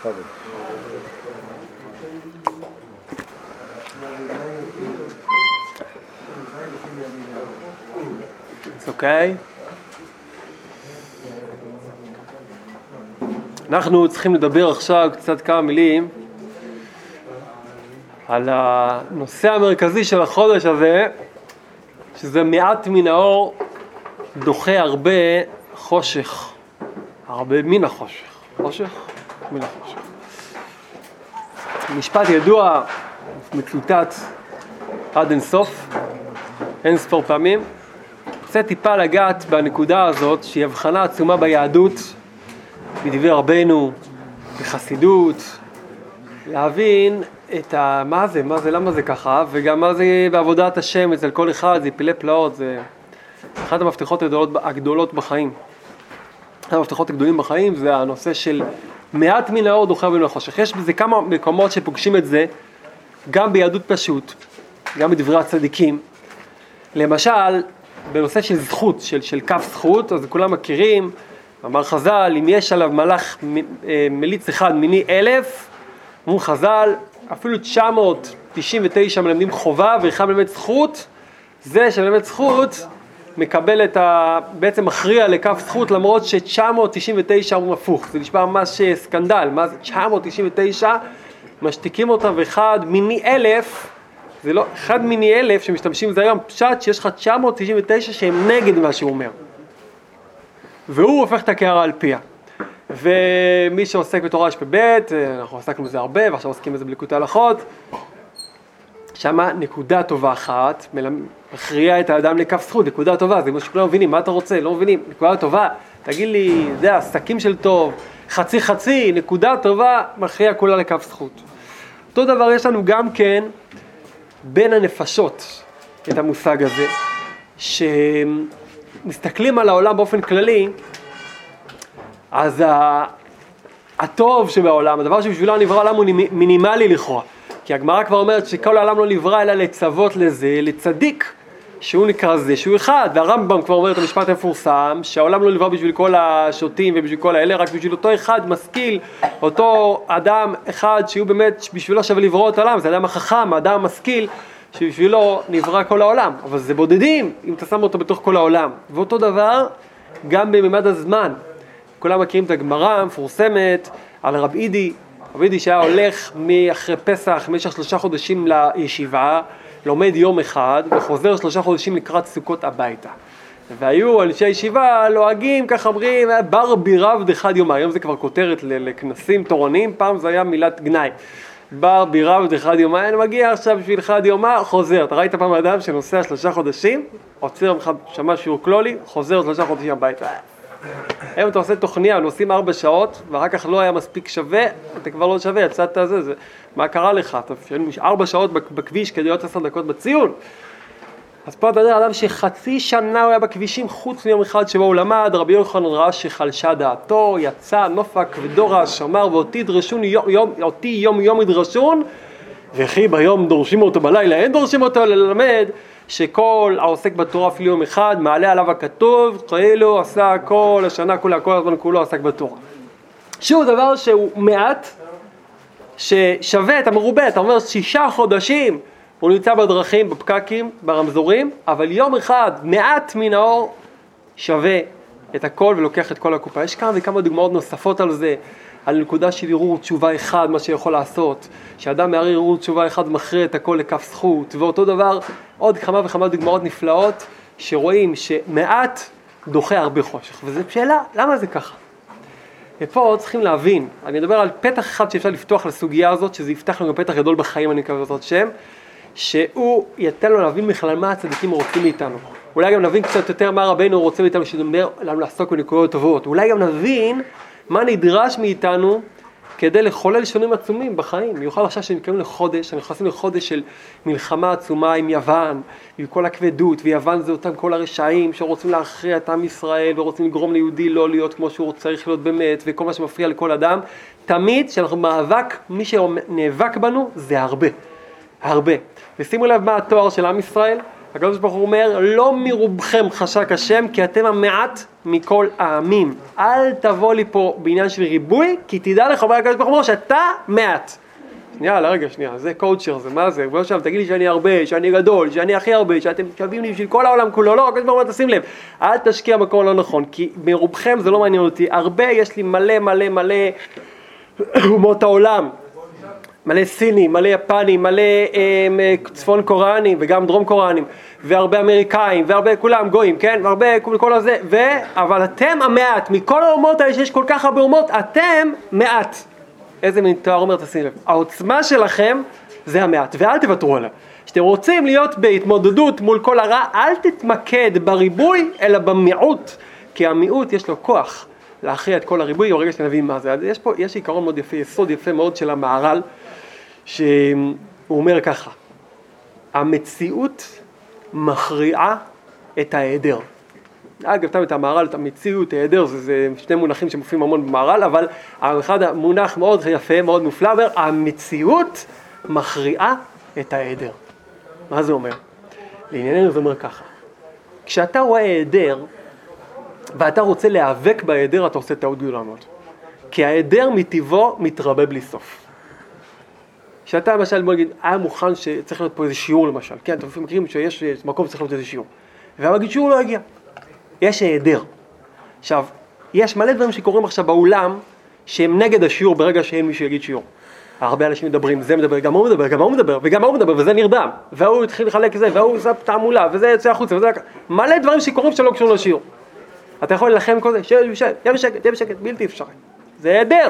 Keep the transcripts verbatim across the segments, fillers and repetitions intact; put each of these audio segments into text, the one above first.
אוקיי? אנחנו צריכים לדבר עכשיו קצת כמה מילים על הנושא המרכזי של החודש הזה, שזה מעט מן האור דוחה הרבה חושך, הרבה מן החושך, חושך מן החושך. משפט ידוע, מצוטט עד אין סוף, אין ספור פעמים. רוצה טיפה לגעת בנקודה הזאת שהיא הבחנה עצומה ביהדות, בדברי רבנו, בחסידות, להבין את ה... מה זה, מה זה, למה זה ככה, וגם מה זה בעבודת השם אצל כל אחד, זה פלא פלאות, זה אחת המפתחות הגדולות, הגדולות בחיים. אחד המפתחות הגדולים בחיים זה הנושא של מעט מן האור דוחה מן החושך. יש בזה כמה מקומות שפוגשים את זה, גם ביהדות פשוט, גם בדברי הצדיקים. למשל, בנושא של זכות, של, של כף זכות, אז כולם מכירים, אמר חז"ל, אם יש עליו מלאך מליץ אחד מיני אלף, אמרו חז"ל, אפילו תשע מאות תשעים ותשע מלמדים חובה, ואחד מלמד זכות, זה שמלמד זכות, מקבל את ה... בעצם מכריע לכף זכות, למרות ש-תשע מאות תשעים ותשע הוא הפוך. זה נשמע ממש סקנדל, מה זה? תשע מאות תשעים ותשע, משתיקים אותם, ואחד מיני אלף, זה לא, אחד מיני אלף שמשתמשים בזה היום, פשט שיש לך תשע מאות תשעים ותשע שהם נגד מה שהוא אומר. והוא הופך את הקערה על פיה. ומי שעוסק בתורה יש בבית, אנחנו עסקנו בזה הרבה, ועכשיו עוסקים בזה בליקוטי הלכות, שמה נקודה טובה אחת, מכריע את האדם לכף זכות, נקודה טובה, זה מה שכולם מבינים, מה אתה רוצה, לא מבינים, נקודה טובה, תגיד לי, זה עסקים של טוב, חצי חצי, נקודה טובה, מכריע כולה לכף זכות. אותו דבר יש לנו גם כן, בין הנפשות, את המושג הזה, שמסתכלים על העולם באופן כללי, אז הטוב שבעולם, הדבר שבשבילו נברא העולם הוא מינימלי לכאורה. כי הגמרא כבר אומרת שכל העולם לא נברא אלא לצוות לזה, לצדיק, שהוא נקרא זה, שהוא אחד. והרמב"ם כבר אומר את המשפט המפורסם, שהעולם לא נברא בשביל כל השוטים ובשביל כל האלה, רק בשביל אותו אחד משכיל, אותו אדם אחד שהוא באמת בשבילו שווה לברוא את העולם, זה האדם החכם, האדם המשכיל, שבשבילו נברא כל העולם. אבל זה בודדים אם אתה שם אותו בתוך כל העולם. ואותו דבר גם בממד הזמן. כולם מכירים את הגמרא המפורסמת על רב אידי, רב אידי שהיה הולך מאחרי פסח, במשך שלושה חודשים לישיבה, לומד יום אחד וחוזר שלושה חודשים לקראת סוכות הביתה. והיו אנשי ישיבה לועגים, כך אומרים, בר בירב דחד יומא, היום זה כבר כותרת לכנסים תורניים, פעם זה היה מילת גנאי. בר בירב דחד יומא, אני מגיע עכשיו בשביל חד יומא, חוזר. אתה ראית פעם אדם שנוסע שלושה חודשים, עוצר ממך שמע שיעור כלולי, חוזר שלושה חודשים הביתה. היום אתה עושה תוכניה, נוסעים ארבע שעות, ואחר כך לא היה מספיק שווה, אתה כבר לא שווה, יצאת זה, זה, מה קרה לך? אתה ארבע שעות בכביש כדי להיות עשר דקות בציון. אז פה אתה יודע, אדם שחצי שנה הוא היה בכבישים, חוץ מיום אחד שבו הוא למד, רבי יוחנן ראה שחלשה דעתו, יצא נופק ודורש, אמר, ואותי דרשון, יום, יום, אותי יום יום ידרשון, וכי ביום דורשים אותו בלילה, אין דורשים אותו ללמד, שכל העוסק בתורה אפילו יום אחד, מעלה עליו הכתוב, כאילו עשה כל השנה כולה, כל הזמן כולו עסק בתורה. שוב דבר שהוא מעט, ששווה את המרובה, אתה אומר שישה חודשים, הוא נמצא בדרכים, בפקקים, ברמזורים, אבל יום אחד, מעט מן האור, שווה את הכל ולוקח את כל הקופה. יש כמה וכמה דוגמאות נוספות על זה, על נקודה של ערעור תשובה אחד, מה שיכול לעשות, שאדם מערער ערעור תשובה אחד מכריע את הכל לכף זכות, ואותו דבר, עוד כמה וכמה דוגמאות נפלאות, שרואים שמעט דוחה הרבה חושך. וזו שאלה, למה זה ככה? ופה צריכים להבין, אני מדבר על פתח אחד שאפשר לפתוח לסוגיה הזאת, שזה יפתח לנו פתח גדול בחיים, אני מקווה זאת שם, שהוא ייתן לו להבין בכלל מה הצדיקים רוצים מאיתנו. אולי גם נבין קצת יותר מה רבנו רוצה מאיתנו, שדומר לנו לעסוק בנקודות טובות. אולי גם נבין מה נדרש מאיתנו כדי לחולל שינויים עצומים בחיים. במיוחד עכשיו שנקראים לחודש, אנחנו נכנסים לחודש של מלחמה עצומה עם יוון, עם כל הכבדות, ויוון זה אותם כל הרשעים שרוצים להכריע את עם ישראל, ורוצים לגרום ליהודי לא להיות כמו שהוא צריך להיות באמת, וכל מה שמפריע לכל אדם. תמיד שאנחנו מאבק, מי שנאבק בנו זה הרבה, הרבה. ושימו לב מה התואר של עם ישראל, הקדוש ברוך הוא אומר, לא מרובכם חשק השם, כי אתם המעט מכל העמים. אל תבוא לי פה בעניין של ריבוי, כי תדע לך, אומר הקדוש ברוך הוא, שאתה מעט. שנייה, לרגע, שנייה, זה קואוצ'ר, זה מה זה? ועכשיו, תגיד לי שאני הרבה, שאני גדול, שאני הכי הרבה, שאתם שווים לי בשביל כל העולם כולו, לא, הקדוש ברוך הוא, תשים לב, אל תשקיע מקום לא נכון, כי מרובכם זה לא מעניין אותי, הרבה, יש לי מלא מלא מלא אומות העולם, מלא סינים, מלא יפנים, מלא אה, צפון קוריאנים וגם דרום קוריאנים, והרבה אמריקאים, והרבה כולם גויים, כן? והרבה כל הזה, ו... אבל אתם המעט, מכל האומות האלה שיש כל כך הרבה אומות, אתם מעט. איזה מין תואר אומר, תשים לב. העוצמה שלכם זה המעט, ואל תוותרו עליה. כשאתם רוצים להיות בהתמודדות מול כל הרע, אל תתמקד בריבוי, אלא במיעוט, כי המיעוט יש לו כוח להכריע את כל הריבוי, ברגע שנבין מה זה. יש פה, יש עיקרון מאוד יפה, יסוד יפה מאוד של המהר"ל, שהוא אומר ככה, המציאות מכריעה את ההיעדר. אגב, תמיד המהר"ל, את המציאות, ההיעדר, זה, זה שני מונחים שמופיעים המון במהר"ל, אבל אחד המונח מאוד יפה, מאוד מופלא, אומר, המציאות מכריעה את ההיעדר. מה זה אומר? לענייננו זה אומר ככה, כשאתה רואה היעדר, ואתה רוצה להיאבק בהיעדר, אתה עושה טעות גדולה מאוד. כי ההיעדר מטבעו מתרבה בלי סוף. כשאתה למשל בוא נגיד, היה מוכן שצריך להיות פה איזה שיעור למשל, כן, אתם לפעמים מכירים שיש מקום שצריך להיות איזה שיעור, והמגיד שיעור לא הגיע, יש היעדר. עכשיו, יש מלא דברים שקורים עכשיו באולם, שהם נגד השיעור ברגע שאין מישהו יגיד שיעור. הרבה אנשים מדברים, זה מדבר, גם הוא מדבר, גם הוא מדבר, וגם הוא מדבר, וזה נרדם, והוא התחיל לחלק זה, והוא עושה תעמולה, וזה יוצא החוצה, וזה מלא דברים שקורים שלא קשורים לשיעור. אתה יכול ללחם כל זה, שב בשקט, שב בשקט, שב בשקט, בלתי אפשרי. זה היעדר.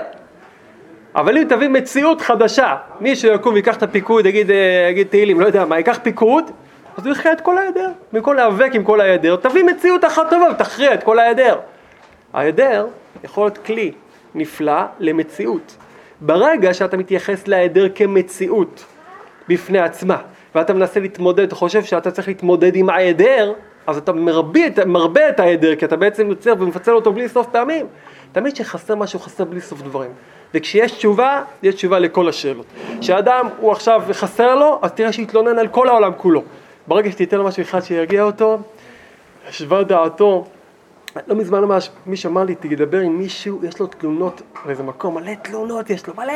אבל אם תביא מציאות חדשה, מישהו יקום ויקח את הפיקוד, יגיד, יגיד תהילים, לא יודע מה, ייקח פיקוד, אז הוא יכריע את כל ההיעדר. במקום להיאבק עם כל ההיעדר, תביא מציאות אחת טובה ותכריע את כל ההיעדר. ההיעדר יכול להיות כלי נפלא למציאות. ברגע שאתה מתייחס להיעדר כמציאות בפני עצמה, ואתה מנסה להתמודד, אתה חושב שאתה צריך להתמודד עם ההיעדר, אז אתה מרבה, מרבה את ההיעדר, כי אתה בעצם יוצר ומפצל אותו בלי סוף פעמים. תמיד שחסר משהו, חסר בלי סוף דברים. וכשיש תשובה, יש תשובה לכל השאלות. כשאדם הוא עכשיו חסר לו, אז תראה שיתלונן על כל העולם כולו. ברגע שתיתן לו משהו אחד שירגיע אותו, השווה דעתו. לא מזמן ממש, מי שאמר לי, תדבר עם מישהו, יש לו תלונות, באיזה מקום, מלא תלונות יש לו, מלא.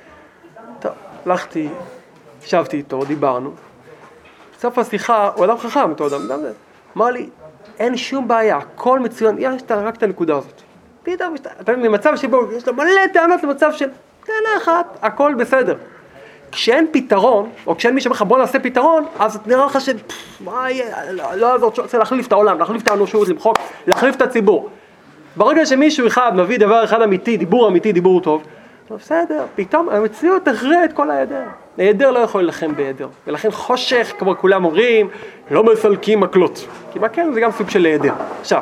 טוב, הלכתי, ישבתי איתו, דיברנו. בסוף השיחה, הוא אדם חכם, אותו אדם, אדם זה. אמר לי, אין שום בעיה, הכל מצוין, יש רק את הנקודה הזאת. פתאום, אתה מבין, ממצב שבו יש לו מלא טענות למצב של טענה אחת, הכל בסדר. כשאין פתרון, או כשאין מי שאומר לך בוא נעשה פתרון, אז נראה לך של, מה יהיה, לא הזאת, רוצה להחליף את העולם, להחליף את האנושות, למחוק, להחליף את הציבור. ברגע שמישהו אחד מביא דבר אחד אמיתי, דיבור אמיתי, דיבור טוב, בסדר, פתאום המציאות תכריע את כל ההיעדר. ההיעדר לא יכול ללחם בהיעדר, ולכן חושך, כמו כולם אומרים, לא מסלקים מקלות. כי מקל זה גם סוג של היעדר. עכשיו,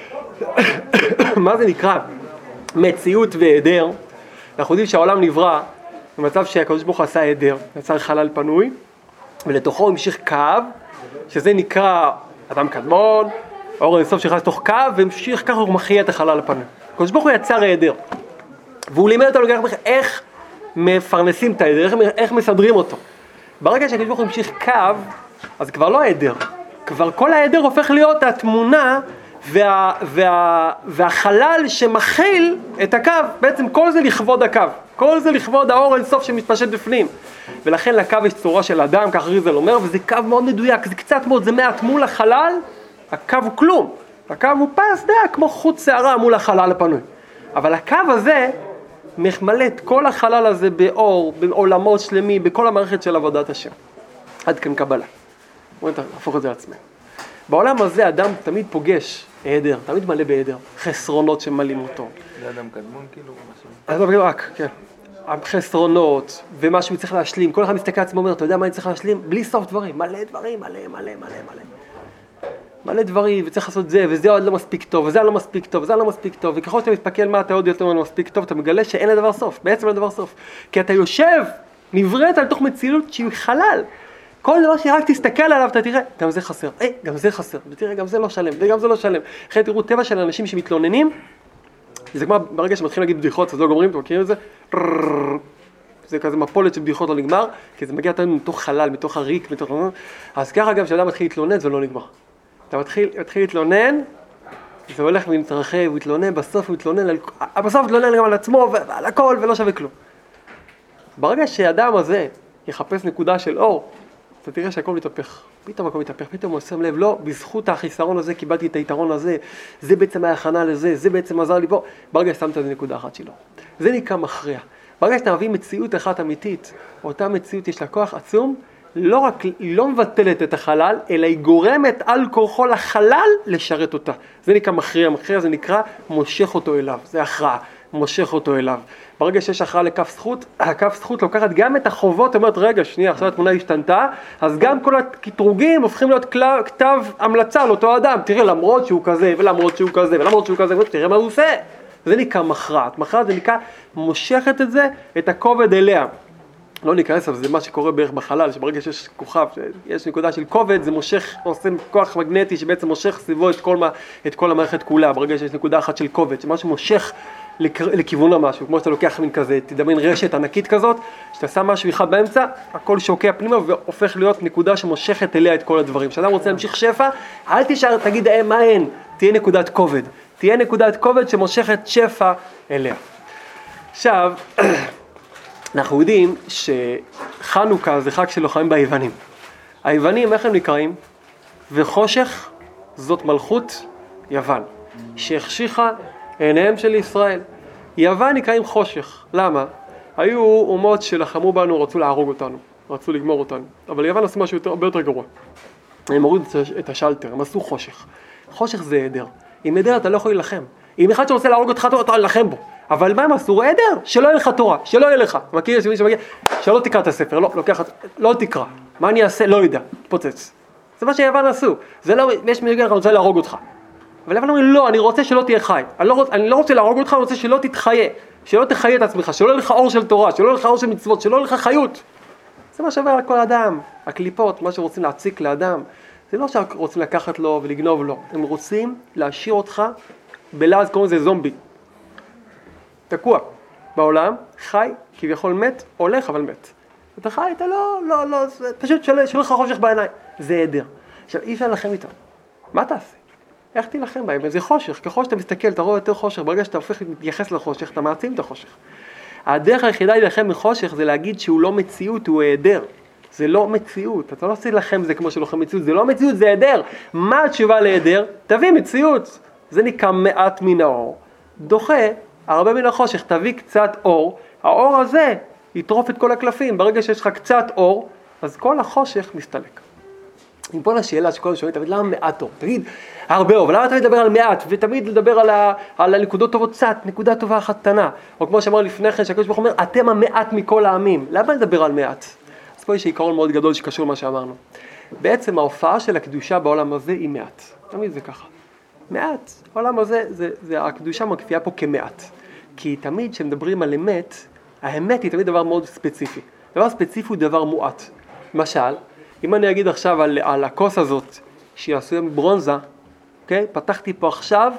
מה זה נקרא מציאות והיעדר? אנחנו יודעים שהעולם נברא במצב שהקדוש ברוך הוא עשה היעדר, יצר חלל פנוי, ולתוכו הוא המשיך קו, שזה נקרא אדם קדמון, האור האינסוף שנכנס לתוך קו, והמשיך ככה הוא מכריע את החלל הפנוי. הקדוש ברוך הוא יצר היעדר, והוא לימד אותנו איך מפרנסים את ההיעדר, איך, איך מסדרים אותו. ברגע שהקדוש ברוך הוא המשיך קו, אז כבר לא היעדר, כבר כל ההיעדר הופך להיות התמונה וה, וה, והחלל שמכיל את הקו, בעצם כל זה לכבוד הקו, כל זה לכבוד האור אינסוף שמתפשט בפנים. ולכן לקו יש צורה של אדם, כך ריזל אומר, וזה קו מאוד מדויק, זה קצת מאוד, זה מעט מול החלל, הקו הוא כלום, הקו הוא פס דה, כמו חוט שערה מול החלל הפנוי. אבל הקו הזה ממלא את כל החלל הזה באור, בעולמות שלמים, בכל המערכת של עבודת השם. עד כאן קבלה. בואו נהפוך את זה לעצמנו. בעולם הזה אדם תמיד פוגש היעדר, תמיד מלא בהיעדר, חסרונות שמלאים אותו. זה אדם קדמון כאילו? אדם קדמון רק, כן. חסרונות ומה שהוא צריך להשלים, כל אחד מסתכל עצמו אומר, אתה יודע מה אני צריך להשלים? בלי סוף דברים, מלא דברים, מלא, מלא, מלא, מלא. מלא דברים, וצריך לעשות זה, וזה עוד לא מספיק טוב, וזה לא מספיק טוב, וזה לא מספיק טוב, וככל שאתה מתפקל מה אתה עוד יותר לא מספיק טוב, אתה מגלה שאין לדבר סוף, בעצם אין לדבר סוף. כי אתה יושב, נבראת על תוך מציאות שהיא חלל. כל דבר שרק תסתכל עליו, אתה תראה, גם זה חסר, אה, גם זה חסר, ותראה, גם זה לא שלם, וגם זה לא שלם. אחרי תראו, טבע של אנשים שמתלוננים, זה כמו ברגע שמתחילים להגיד בדיחות, אז לא גומרים, אתם מכירים את זה? זה כזה מפולת של בדיחות לא נגמר, כי זה מגיע תמיד מתוך חלל, מתוך הריק, מתוך... אז ככה גם כשאדם מתחיל להתלונן, זה לא נגמר. אתה מתחיל, מתחיל להתלונן, זה הולך ומתרחב, הוא יתלונן, בסוף הוא יתלונן, על... בסוף יתלונן גם על עצמו ועל הכל, ולא שווה כלום. ברגע שהאדם הזה יחפש נקודה של אור, אתה תראה שהכל מתהפך. פתאום הכל מתהפך, פתאום הוא שם לב, לא, בזכות החיסרון הזה קיבלתי את היתרון הזה, זה בעצם ההכנה לזה, זה בעצם עזר לי פה. ברגע ששמת את נקודה אחת שלו. זה נקרא מכריע. ברגע שאתה מביא מציאות אחת אמיתית, אותה מציאות יש לה כוח עצום, לא רק, היא לא מבטלת את החלל, אלא היא גורמת על כורחו לחלל לשרת אותה. זה נקרא מכריע, מכריע זה נקרא מושך אותו אליו, זה הכרעה, מושך אותו אליו. ברגע שיש הכרעה לכף זכות, הכף זכות לוקחת גם את החובות, אומרת רגע שנייה, עכשיו התמונה השתנתה, אז גם כל הקטרוגים הופכים להיות כתב המלצה על אותו אדם, תראה למרות שהוא כזה ולמרות שהוא כזה ולמרות שהוא כזה, תראה מה הוא עושה. זה נקרא מכרעת, מכרעת זה נקרא מושכת את זה, את הכובד אליה. לא ניכנס, אבל זה מה שקורה בערך בחלל, שברגע שיש כוכב, יש נקודה של כובד, זה מושך, עושה כוח מגנטי שבעצם מושך סביבו את כל, מה, את כל המערכת כולה, ברגע שיש נקודה אחת של כובד, שמשהו מושך לכיוון המשהו, כמו שאתה לוקח מין כזה, תדמיין רשת ענקית כזאת, שאתה שם משהו אחד באמצע, הכל שוקע פנימה והופך להיות נקודה שמושכת אליה את כל הדברים. כשאדם רוצה להמשיך שפע, אל תשאר, תגיד, אה, מה אין? תהיה נקודת כובד. תהיה נקודת כובד שמושכת שפע אליה. עכשיו, אנחנו יודעים שחנוכה זה חג של לוחמים ביוונים. היוונים, איך הם נקראים? וחושך זאת מלכות יוון, שהחשיכה עיניהם של ישראל. יוון נקראים חושך. למה? היו אומות שלחמו בנו, רצו להרוג אותנו, רצו לגמור אותנו. אבל יוון עשו משהו הרבה יותר גרוע. הם הורידו את השלטר, הם עשו חושך. חושך זה עדר. עם עדר אתה לא יכול להילחם. אם אחד שרוצה להרוג אותך, אתה להילחם בו. אבל מה הם עשו? עדר, שלא יהיה לך תורה, שלא יהיה לך. מכיר שמישהו מגיע, שלא תקרא את הספר, לא, לוקח, לא תקרא. מה אני אעשה? לא יודע, פוצץ. זה מה שיוון עשו. זה לא, יש מי שגר, אני רוצה להרוג אותך. אבל יוון אומרים, לא, אני רוצה שלא תהיה חי. אני לא, רוצ, אני לא רוצה להרוג אותך, אני רוצה שלא תתחיה. שלא תחיה את עצמך, שלא יהיה לך אור של תורה, שלא יהיה לך אור של מצוות, שלא יהיה לך חיות. זה מה שעובר על כל אדם. הקליפות, מה שרוצים להציק לאדם. זה לא שרוצים לקחת לו ולגנוב לו. הם רוצים להשאיר אותך בלעז, קוראים לזה זומבי. תקוע בעולם, חי, כביכול מת, הולך אבל מת. אתה חי, אתה לא, לא, לא, פשוט שלא יהיה לך חושך בעיניים. זה עדר. עכשיו, אי אפשר לכם איתם. מה תעשה? איך תילחם בהם? זה חושך. ככל שאתה מסתכל, אתה רואה יותר חושך. ברגע שאתה הופך להתייחס לחושך, אתה מעצים את החושך. הדרך היחידה להילחם מחושך זה להגיד שהוא לא מציאות, הוא העדר. זה לא מציאות. אתה לא עושה לכם זה כמו שלוחם מציאות. זה לא מציאות, זה העדר. מה התשובה להעדר? תביא מציאות. זה נקרא מעט מן האור. דוחה הרבה מן החושך, תביא קצת אור, האור הזה יטרוף את כל הקלפים, ברגע שיש לך קצת אור, אז כל החושך מסתלק. עם פה לשאלה שכל שואלים, תמיד למה מעט אור? תגיד, הרבה אור, ולמה תמיד לדבר על מעט, ותמיד לדבר על, ה, על הנקודות טובות קצת, נקודה טובה אחת קטנה, או כמו שאמר לפני כן, שהקדוש ברוך הוא אומר, אתם המעט מכל העמים, למה לדבר על מעט? אז פה יש עיקרון מאוד גדול שקשור למה שאמרנו. בעצם ההופעה של הקדושה בעולם הזה היא מעט, תמיד זה ככה. מעט, העולם הזה, זה, זה, הקדושה מקפיאה פה כמעט. כי תמיד כשמדברים על אמת, האמת היא תמיד דבר מאוד ספציפי. דבר ספציפי הוא דבר מועט. למשל, אם אני אגיד עכשיו על, על הכוס הזאת, שהיא עשויה מברונזה, אוקיי? פתחתי פה עכשיו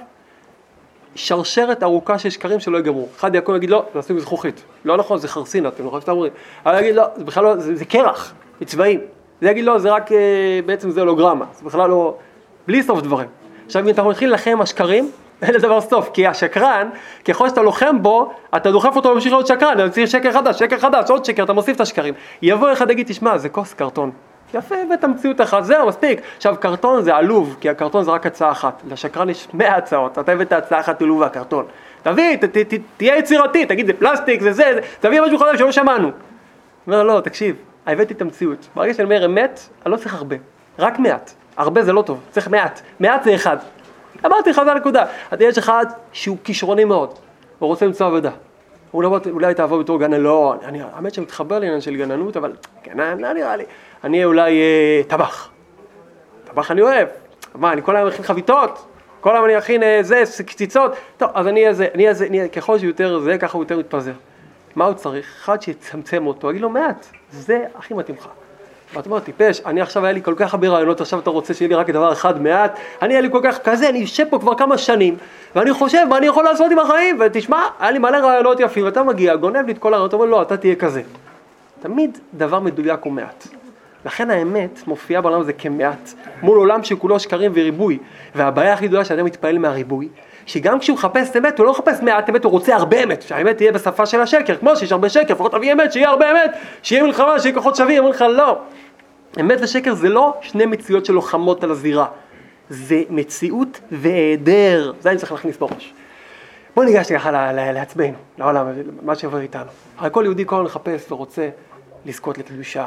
שרשרת ארוכה של שקרים שלא יגמרו. אחד יקום יגיד, לא, זה עשוי מזכוכית. לא נכון, זה חרסינה, אתם לא חושבים שאתם אומרים. אבל יגיד, לא, זה בכלל לא, זה, זה קרח, מצבעים. זה יגיד, לא, זה רק, בעצם זה הולוגרמה. זה בכלל לא, בלי סוף דברים. עכשיו, אם אתה מתחיל לכם השקרים, אין לדבר סוף, כי השקרן, ככל שאתה לוחם בו, אתה דוחף אותו להמשיך להיות שקרן, אתה צריך שקר חדש, שקר חדש, עוד שקר, אתה מוסיף את השקרים. יבוא אחד להגיד, תשמע, זה כוס קרטון. יפה, ואת המציאות אחת, זהו, מספיק. עכשיו, קרטון זה עלוב, כי הקרטון זה רק הצעה אחת. לשקרן יש מאה הצעות, אתה הבאת הצעה אחת עלובה, הקרטון. תביא, ת, ת, ת, תהיה יצירתי, תגיד, זה פלסטיק, זה זה, זה, תביא משהו חדש שלא שמענו. אומר, לא, תקשיב, הבאתי את המציאות. ברגע שאני אומר אמת, אני לא צריך הרבה, רק מעט. הרבה זה לא טוב, צריך מעט. מעט זה אחד. אמרתי לך, זה הנקודה. אז יש אחד שהוא כישרוני מאוד, הוא רוצה למצוא עבודה. אולי, אולי תעבור בתור גנן, לא, אני, האמת שמתחבר לעניין של גננות, אבל גנן, לא נראה לי. אני אולי אה, טבח. טבח אני אוהב. מה, אני כל היום מכין חביתות, כל היום אני אכין אה, זה, קציצות. טוב, אז אני איזה, אני איזה, אני, ככל שיותר זה, ככה הוא יותר מתפזר. מה הוא צריך? אחד שיצמצם אותו, אגיד לו מעט, זה הכי מתאים לך. ואתה אומר, טיפש, אני עכשיו היה לי כל כך הרבה רעיונות, עכשיו אתה רוצה שיהיה לי רק דבר אחד מעט, אני היה לי כל כך כזה, אני יושב פה כבר כמה שנים, ואני חושב, מה אני יכול לעשות עם החיים, ותשמע, היה לי מלא רעיונות יפים, ואתה מגיע, גונב לי את כל הרעיונות, אתה אומר, לא, אתה תהיה כזה. תמיד דבר מדויק הוא מעט. לכן האמת מופיעה בעולם הזה כמעט, מול עולם שכולו שקרים וריבוי, והבעיה הכי גדולה שאדם מתפעל מהריבוי, שגם כשהוא מחפש אמת, הוא לא מחפש מעט אמת, הוא רוצה הרבה אמת, שהאמת תהיה בשפה של השקר, כמו שיש הרבה שקר, לפחות תביא אמת, שיהיה הרבה אמת, שיהיה מלחמה, שיהיה כוחות שווים, אומר לך לא. אמת ושקר זה לא שני מציאות שלוחמות על הזירה, זה מציאות והיעדר, זה אני צריך להכניס בראש. בוא ניגש ככה לעצמנו, לעולם, מה שעובר איתנו. הרי כל יהודי כל הזמן מחפש ורוצה לזכות לקדושה,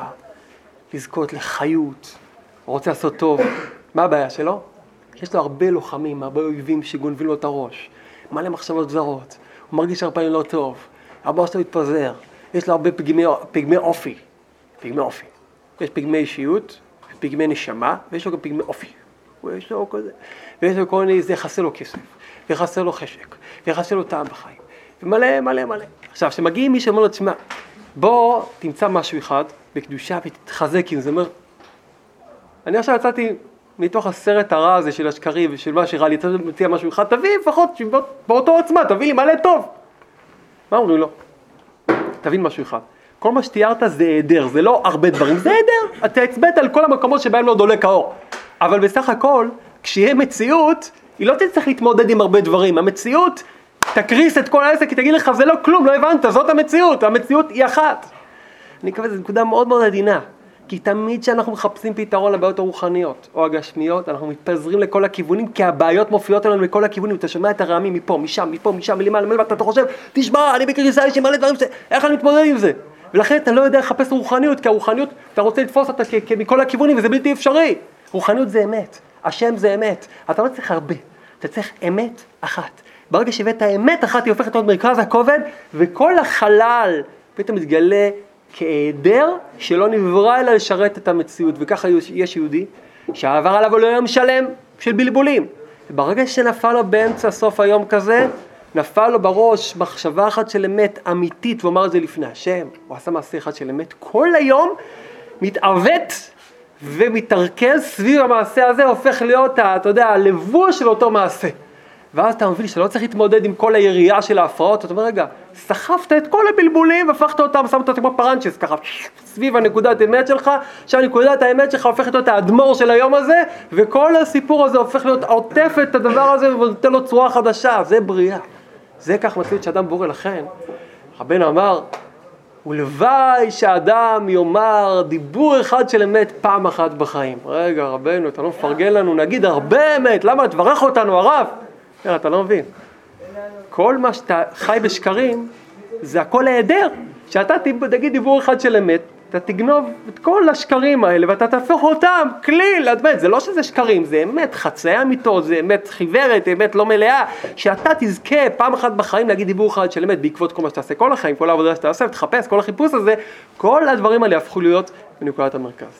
לזכות לחיות, רוצה לעשות טוב. מה הבעיה שלו? יש לו הרבה לוחמים, הרבה אויבים שגונבים לו את הראש, מלא מחשבות זרות, הוא מרגיש הרבה פעמים לא טוב, הרבה שלו מתפזר, יש לו הרבה פגמי, פגמי אופי, פגמי אופי. יש פגמי אישיות, פגמי נשמה, ויש לו גם פגמי אופי. ויש לו כזה, ויש לו כל מיני, זה יחסר לו כסף, ויחסר לו חשק, ויחסר לו טעם בחיים, ומלא מלא מלא. עכשיו, שמגיעים מי שאומר לו, תשמע, בוא תמצא משהו אחד בקדושה ותתחזק עם זה, אומר, אני עכשיו יצאתי מתוך הסרט הרע הזה של השקרים ושל מה שרע לי, אתה מציע משהו אחד, תביא לפחות באותו עצמה, תביא לי מלא טוב. מה אומרים לו? תבין משהו אחד. כל מה שתיארת זה היעדר, זה לא הרבה דברים, זה היעדר. אתה הצבט על כל המקומות שבהם לא דולק האור. אבל בסך הכל, כשיהיה מציאות, היא לא תצטרך להתמודד עם הרבה דברים. המציאות תקריס את כל העסק, כי תגיד לך, זה לא כלום, לא הבנת, זאת המציאות. המציאות היא אחת. אני מקווה, זו נקודה מאוד מאוד עדינה. כי תמיד שאנחנו מחפשים פתרון לבעיות הרוחניות או הגשמיות, אנחנו מתפזרים לכל הכיוונים, כי הבעיות מופיעות עלינו לכל הכיוונים. אתה שומע את הרעמים מפה, משם, מפה, משם, מלמעלה, מלמעלה, אתה חושב, תשמע, אני בקריסה, יש לי מלא דברים, איך אני מתמודד עם זה? ולכן אתה לא יודע לחפש רוחניות, כי הרוחניות, אתה רוצה לתפוס אותה מכל הכיוונים, וזה בלתי אפשרי. רוחניות זה אמת, השם זה אמת. אתה לא צריך הרבה, אתה צריך אמת אחת. ברגע שהבאת האמת אחת, היא הופכת להיות מרכז הכובד, וכל החלל פתאום מתגלה כהיעדר שלא נברא אלא לשרת את המציאות. וככה יש יהודי שעבר עליו לא יום שלם של בלבולים. ברגע שנפל לו באמצע סוף היום כזה, נפל לו בראש מחשבה אחת של אמת אמיתית, הוא אמר את זה לפני השם, הוא עשה מעשה אחד של אמת, כל היום מתעוות ומתרכז סביב המעשה הזה, הופך להיות, אתה יודע, הלבוש של אותו מעשה. ואז אתה מבין שאתה לא צריך להתמודד עם כל היריעה של ההפרעות, אתה אומר, רגע, סחפת את כל הבלבולים, הפכת אותם, שמת אותם כמו פרנצ'ס, ככה, סביב הנקודת האמת שלך, שהנקודת האמת שלך הופכת להיות האדמו"ר של היום הזה, וכל הסיפור הזה הופך להיות עוטף את הדבר הזה, ונותן לו צורה חדשה, זה בריאה. זה כך מציאות שאדם בורא. לכן, רבנו אמר, ולוואי שאדם יאמר דיבור אחד של אמת פעם אחת בחיים. רגע, רבנו, אתה לא מפרגן לנו, נגיד הרבה אמת, למה תברך אותנו, הרב? יאללה, אתה לא מבין. כל מה שאתה חי בשקרים, זה הכל היעדר. שאתה תגיד דיבור אחד של אמת, אתה תגנוב את כל השקרים האלה, ואתה תהפוך אותם כליל, אמת. זה לא שזה שקרים, זה אמת חצאי אמיתו, זה אמת חיוורת, אמת לא מלאה. שאתה תזכה פעם אחת בחיים להגיד דיבור אחד של אמת, בעקבות כל מה שתעשה כל החיים, כל העבודה שאתה עושה, ותחפש, כל החיפוש הזה, כל הדברים האלה יהפכו להיות בנקודת המרכז.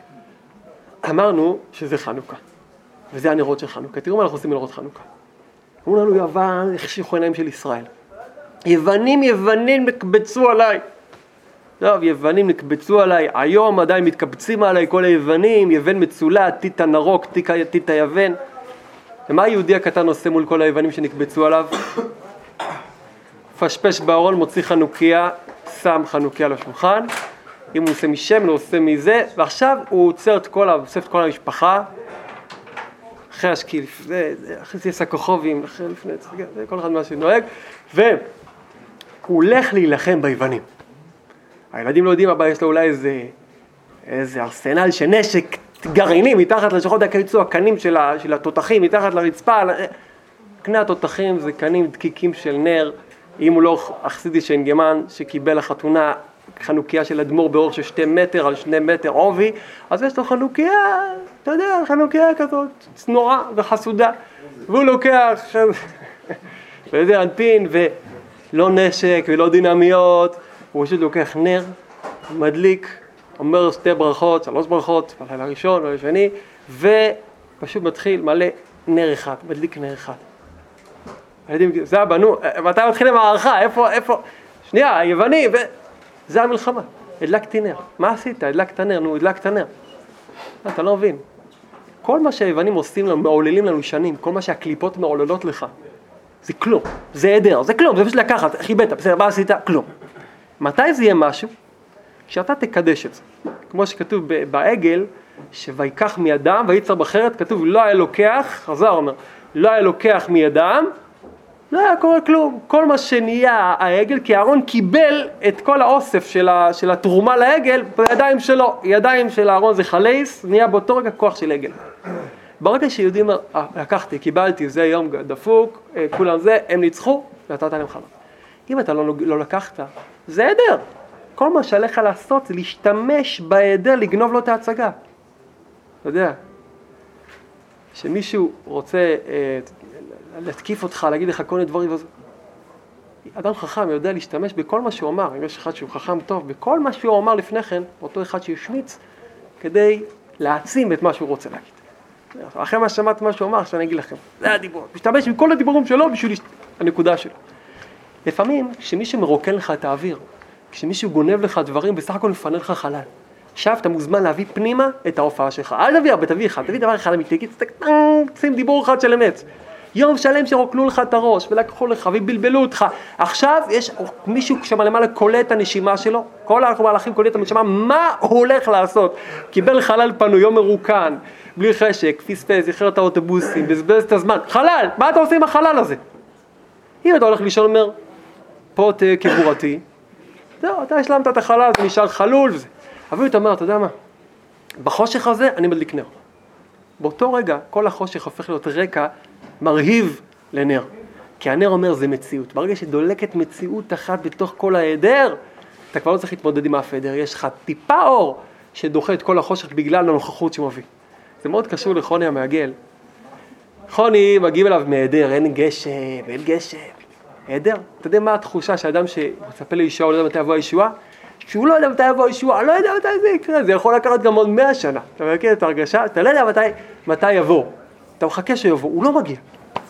אמרנו שזה חנוכה, וזה הנרות של חנוכה. תראו מה אנחנו עושים בנרות חנוכה. אמרו לנו, יוון, החשיכו עיניים של ישראל. יוונים, יוונים נקבצו עליי. טוב, יוונים נקבצו עליי. היום עדיין מתקבצים עליי כל היוונים, יוון מצולה, טיטה נרוק, טיטה יוון. ומה היהודי הקטן עושה מול כל היוונים שנקבצו עליו? פשפש בארון, מוציא חנוכיה, שם חנוכיה על השולחן. אם הוא עושה משם, הוא עושה מזה. ועכשיו הוא עוצר את כל, אוסף את כל המשפחה. אחרי השקיל, אחרי זה יש הכוכבים, אחרי לפני, כל אחד מה שנוהג, והוא הולך להילחם ביוונים. הילדים לא יודעים, הבא יש לו אולי איזה, איזה ארסנל של נשק גרעיני, מתחת לשחות הקייצו, הקנים של, של התותחים, מתחת לרצפה, קנה התותחים זה קנים דקיקים של נר, אם הוא לא אכסידי שאינגמן שקיבל לחתונה, חנוכיה של אדמו"ר באורך של שתי מטר על שני מטר עובי, אז יש לו חנוכיה, אתה יודע, חנוכיה כזאת, צנועה וחסודה, והוא לוקח, וזה אנפין, ולא נשק ולא דינמיות, הוא פשוט לוקח נר, מדליק, אומר שתי ברכות, שלוש ברכות, בלילה הראשון, בלילה השני, ופשוט מתחיל מלא נר אחד, מדליק נר אחד. זה הבנו, מתי מתחיל עם הערכה, איפה, איפה, שנייה, היווני, ו... זה המלחמה. הדלקתי נר. מה עשית? הדלקת נר, נו, הדלקת נר. אתה לא מבין. כל מה שהיוונים עושים לנו, מעוללים לנו שנים, כל מה שהקליפות מעוללות לך, זה כלום, זה עדר, זה כלום, זה פשוט לקחת, חיבאת, בסדר, מה עשית? כלום. מתי זה יהיה משהו? כשאתה תקדש את זה. כמו שכתוב בעגל, שויקח מידם ויצר בחרת, כתוב לא היה לוקח, חזר אומר, לא היה לוקח מידם, לא היה קורה כלום. כל מה שנהיה העגל, כי אהרון קיבל את כל האוסף של, ה, של התרומה לעגל בידיים שלו. ידיים של אהרון זה חלייס, נהיה באותו רגע כוח של עגל. ברגע שיהודים אומר, אה, לקחתי, קיבלתי, זה יום דפוק, כולם זה, הם ניצחו, נתת להם חלום. אם אתה לא, לא לקחת, זה עדר. כל מה שעליך לעשות זה להשתמש בעדר, לגנוב לו את ההצגה. אתה יודע, שמישהו רוצה אה, להתקיף אותך, להגיד לך כל מיני דברים, וזה... אדם חכם יודע להשתמש בכל מה שהוא אמר, אם יש אחד שהוא חכם טוב, בכל מה שהוא אמר לפני כן, אותו אחד שישמיץ, כדי להעצים את מה שהוא רוצה להגיד. אחרי מה ששמעת מה שהוא אמר, שאני אגיד לכם, זה הדיבור, משתמש בכל הדיבורים שלו בשביל הנקודה שלו. לפעמים, כשמישהו מרוקן לך את האוויר, כשמישהו גונב לך דברים, בסך הכל מפנה לך חלל. עכשיו אתה מוזמן להביא פנימה את ההופעה שלך. אל תביא הרבה, תביא אחד, תביא דבר אחד אמיתי, שים דיבור אחד של אמת. יום שלם שרוקנו לך את הראש, ולקחו לך, ובלבלו אותך. עכשיו יש מישהו שם למעלה קולט את הנשימה שלו, כל המהלכים קולט את הנשימה, מה הוא הולך לעשות? קיבל חלל פנו, יום מרוקן, בלי חשק, פספס, זכר את האוטובוסים, בזבז את הזמן. חלל! מה אתה עושה עם החלל הזה? אם אתה הולך לישון, אומר, פה תהיה קבורתי, זהו, אתה השלמת את החלל, זה נשאר חלול וזה. אבל אתה אומר, אתה יודע מה? בחושך הזה אני מדליק נר. באותו רגע, כל החושך הופך להיות רקע מרהיב לנר. כי הנר אומר, זה מציאות. ברגע שדולקת מציאות אחת בתוך כל העדר, אתה כבר לא צריך להתמודד עם אף עדר. יש לך טיפה אור שדוחה את כל החושך בגלל הנוכחות שמביא. זה מאוד קשור לחוני המעגל. חוני מגיעים אליו מעדר, אין גשם, אין גשם. עדר? אתה יודע מה התחושה שהאדם שמצפה לישועה, הוא לא יודע מתי יבוא הישועה? כשהוא לא יודע מתי יבוא הישועה, לא יודע מתי זה יקרה, זה יכול לקחת גם עוד מאה שנה. אתה מכיר את הרגשה? אתה לא יודע מתי, מתי יבוא. אתה מחכה שיבוא, הוא לא מגיע.